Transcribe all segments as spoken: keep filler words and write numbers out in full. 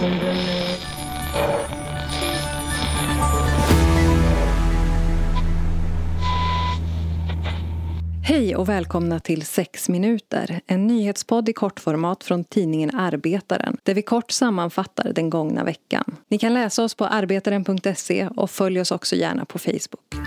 Hej och välkomna till sex minuter, en nyhetspodd i kortformat från tidningen Arbetaren, där vi kort sammanfattar den gångna veckan. Ni kan läsa oss på arbetaren punkt se och följ oss också gärna på Facebook.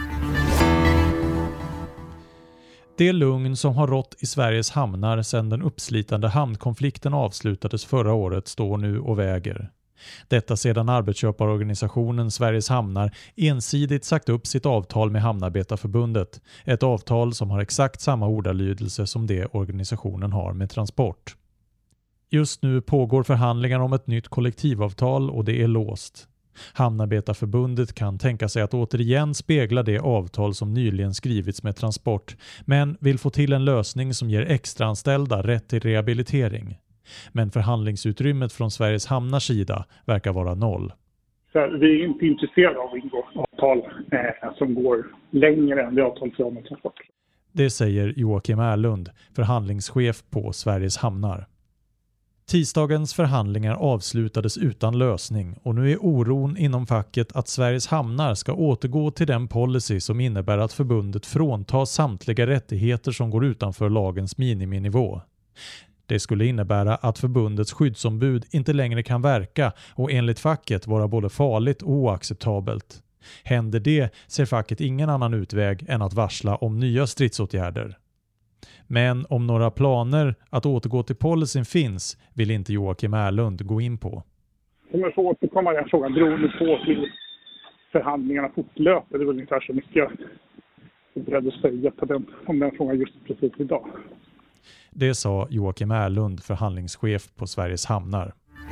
Det lugn som har rått i Sveriges hamnar sedan den uppslitande hamnkonflikten avslutades förra året står nu och väger. Detta sedan arbetsköparorganisationen Sveriges hamnar ensidigt sagt upp sitt avtal med Hamnarbetarförbundet. Ett avtal som har exakt samma ordalydelse som det organisationen har med Transport. Just nu pågår förhandlingar om ett nytt kollektivavtal och det är låst. Hamnarbetarförbundet kan tänka sig att återigen spegla det avtal som nyligen skrivits med Transport, men vill få till en lösning som ger extraanställda rätt till rehabilitering. Men förhandlingsutrymmet från Sveriges hamnars sida verkar vara noll. Så vi är inte intresserade av att ingå avtal eh, som går längre än det avtal som med Transport. Det säger Joakim Erlund, förhandlingschef på Sveriges hamnar. Tisdagens förhandlingar avslutades utan lösning och nu är oron inom facket att Sveriges hamnar ska återgå till den policy som innebär att förbundet fråntar samtliga rättigheter som går utanför lagens miniminivå. Det skulle innebära att förbundets skyddsombud inte längre kan verka och enligt facket vara både farligt och oacceptabelt. Händer det ser facket ingen annan utväg än att varsla om nya stridsåtgärder. Men om några planer att återgå till policyn finns vill inte Joakim Erlund gå in på. Om jag får återkomma den frågan beroende på hur förhandlingarna fortlöper. Det är väl ungefär så mycket jag är beredd att säga på den, om den frågan just precis idag. Det sa Joakim Erlund, förhandlingschef på Sveriges hamnar.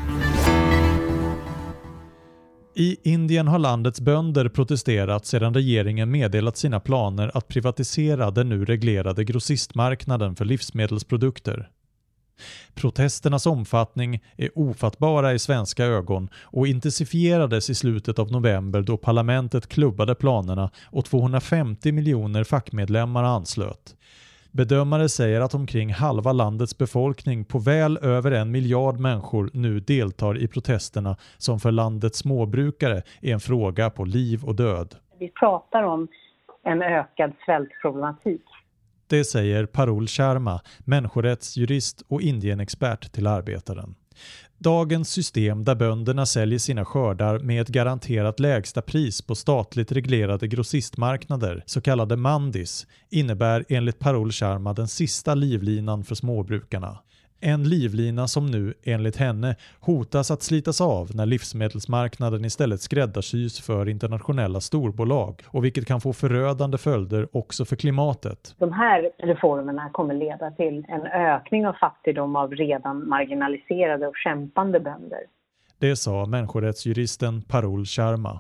I Indien har landets bönder protesterat sedan regeringen meddelat sina planer att privatisera den nu reglerade grossistmarknaden för livsmedelsprodukter. Protesternas omfattning är ofattbara i svenska ögon och intensifierades i slutet av november då parlamentet klubbade planerna och tvåhundrafemtio miljoner fackmedlemmar anslöt. Bedömare säger att omkring halva landets befolkning på väl över en miljard människor nu deltar i protesterna som för landets småbrukare är en fråga på liv och död. Vi pratar om en ökad svältproblematik. Det säger Parul Sharma, människorättsjurist och Indienexpert till Arbetaren. Dagens system där bönderna säljer sina skördar med ett garanterat lägsta pris på statligt reglerade grossistmarknader, så kallade mandis, innebär enligt Parul Sharma den sista livlinan för småbrukarna. En livlina som nu, enligt henne, hotas att slitas av när livsmedelsmarknaden istället skräddarsys för internationella storbolag och vilket kan få förödande följder också för klimatet. De här reformerna kommer leda till en ökning av fattigdom av redan marginaliserade och kämpande bönder. Det sa människorättsjuristen Parul Sharma.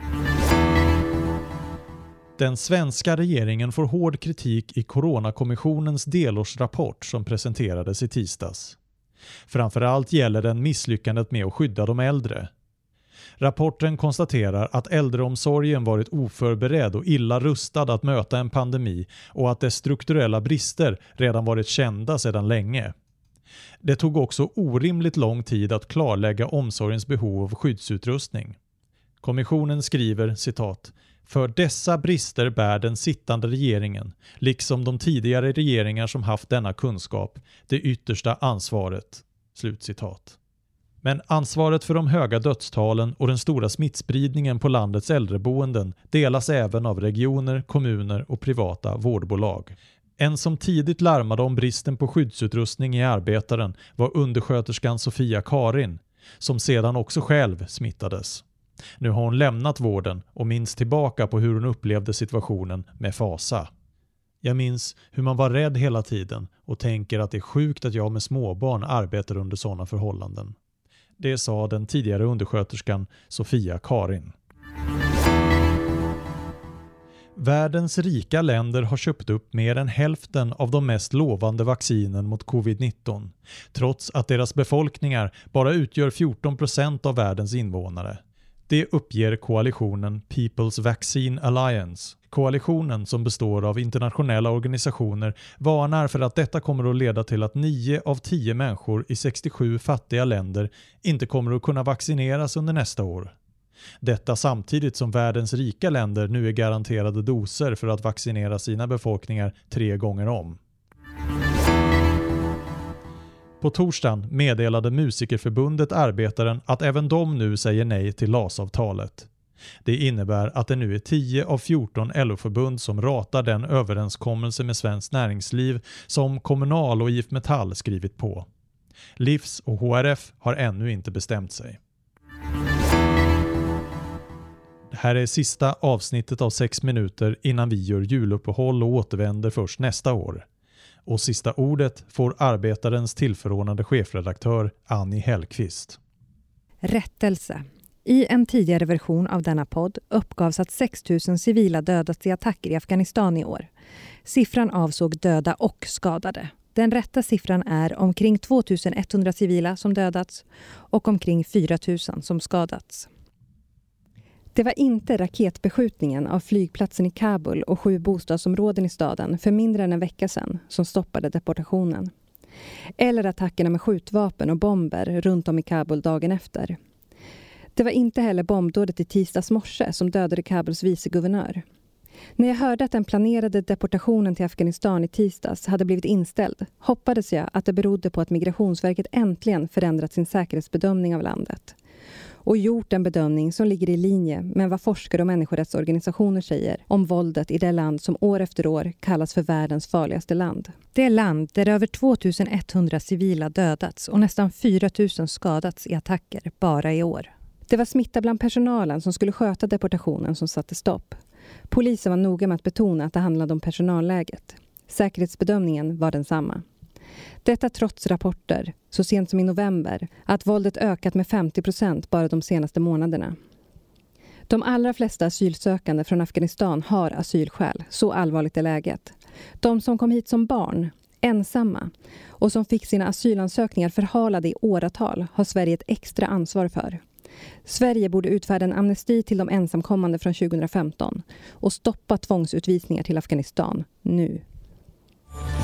Den svenska regeringen får hård kritik i Coronakommissionens delårsrapport som presenterades i tisdags. Framförallt gäller den misslyckandet med att skydda de äldre. Rapporten konstaterar att äldreomsorgen varit oförberedd och illa rustad att möta en pandemi och att dess strukturella brister redan varit kända sedan länge. Det tog också orimligt lång tid att klarlägga omsorgens behov av skyddsutrustning. Kommissionen skriver, citat, för dessa brister bär den sittande regeringen, liksom de tidigare regeringar som haft denna kunskap, det yttersta ansvaret. Slutcitat. Men ansvaret för de höga dödstalen och den stora smittspridningen på landets äldreboenden delas även av regioner, kommuner och privata vårdbolag. En som tidigt larmade om bristen på skyddsutrustning i Arbetaren var undersköterskan Sofia Karin, som sedan också själv smittades. Nu har hon lämnat vården och minns tillbaka på hur hon upplevde situationen med fasa. Jag minns hur man var rädd hela tiden och tänker att det är sjukt att jag med småbarn arbetar under sådana förhållanden. Det sa den tidigare undersköterskan Sofia Karin. Världens rika länder har köpt upp mer än hälften av de mest lovande vaccinen mot covid nitton, trots att deras befolkningar bara utgör fjorton procent av världens invånare. Det uppger koalitionen People's Vaccine Alliance, Koalitionen, som består av internationella organisationer, varnar för att detta kommer att leda till att nio av tio människor i sextiosju fattiga länder inte kommer att kunna vaccineras under nästa år. Detta samtidigt som världens rika länder nu är garanterade doser för att vaccinera sina befolkningar tre gånger om. På torsdagen meddelade Musikerförbundet Arbetaren att även de nu säger nej till L A S-avtalet. Det innebär att det nu är tio av fjorton L O-förbund som ratar den överenskommelse med Svenskt Näringsliv som Kommunal och I F Metall skrivit på. Livs och H R F har ännu inte bestämt sig. Det här är sista avsnittet av sex minuter innan vi gör juluppehåll och återvänder först nästa år. Och sista ordet får Arbetarens tillförordnade chefredaktör Annie Hellqvist. Rättelse. I en tidigare version av denna podd uppgavs att sex tusen civila dödats i attacker i Afghanistan i år. Siffran avsåg döda och skadade. Den rätta siffran är omkring två tusen etthundra civila som dödats och omkring fyra tusen som skadats. Det var inte raketbeskjutningen av flygplatsen i Kabul och sju bostadsområden i staden för mindre än en vecka sedan som stoppade deportationen. Eller attackerna med skjutvapen och bomber runt om i Kabul dagen efter. Det var inte heller bombdådet i tisdags morse som dödade Kabuls viceguvernör. När jag hörde att den planerade deportationen till Afghanistan i tisdags hade blivit inställd hoppades jag att det berodde på att Migrationsverket äntligen förändrat sin säkerhetsbedömning av landet. Och gjort en bedömning som ligger i linje med vad forskare och människorättsorganisationer säger om våldet i det land som år efter år kallas för världens farligaste land. Det land där över två tusen etthundra civila dödats och nästan fyra tusen skadats i attacker bara i år. Det var smitta bland personalen som skulle sköta deportationen som satte stopp. Polisen var noga med att betona att det handlade om personalläget. Säkerhetsbedömningen var densamma. Detta trots rapporter, så sent som i november, att våldet ökat med femtio procent bara de senaste månaderna. De allra flesta asylsökande från Afghanistan har asylskäl, så allvarligt är läget. De som kom hit som barn, ensamma, och som fick sina asylansökningar förhalade i åratal har Sverige ett extra ansvar för. Sverige borde utfärda en amnesti till de ensamkommande från tjugohundrafemton och stoppa tvångsutvisningar till Afghanistan nu.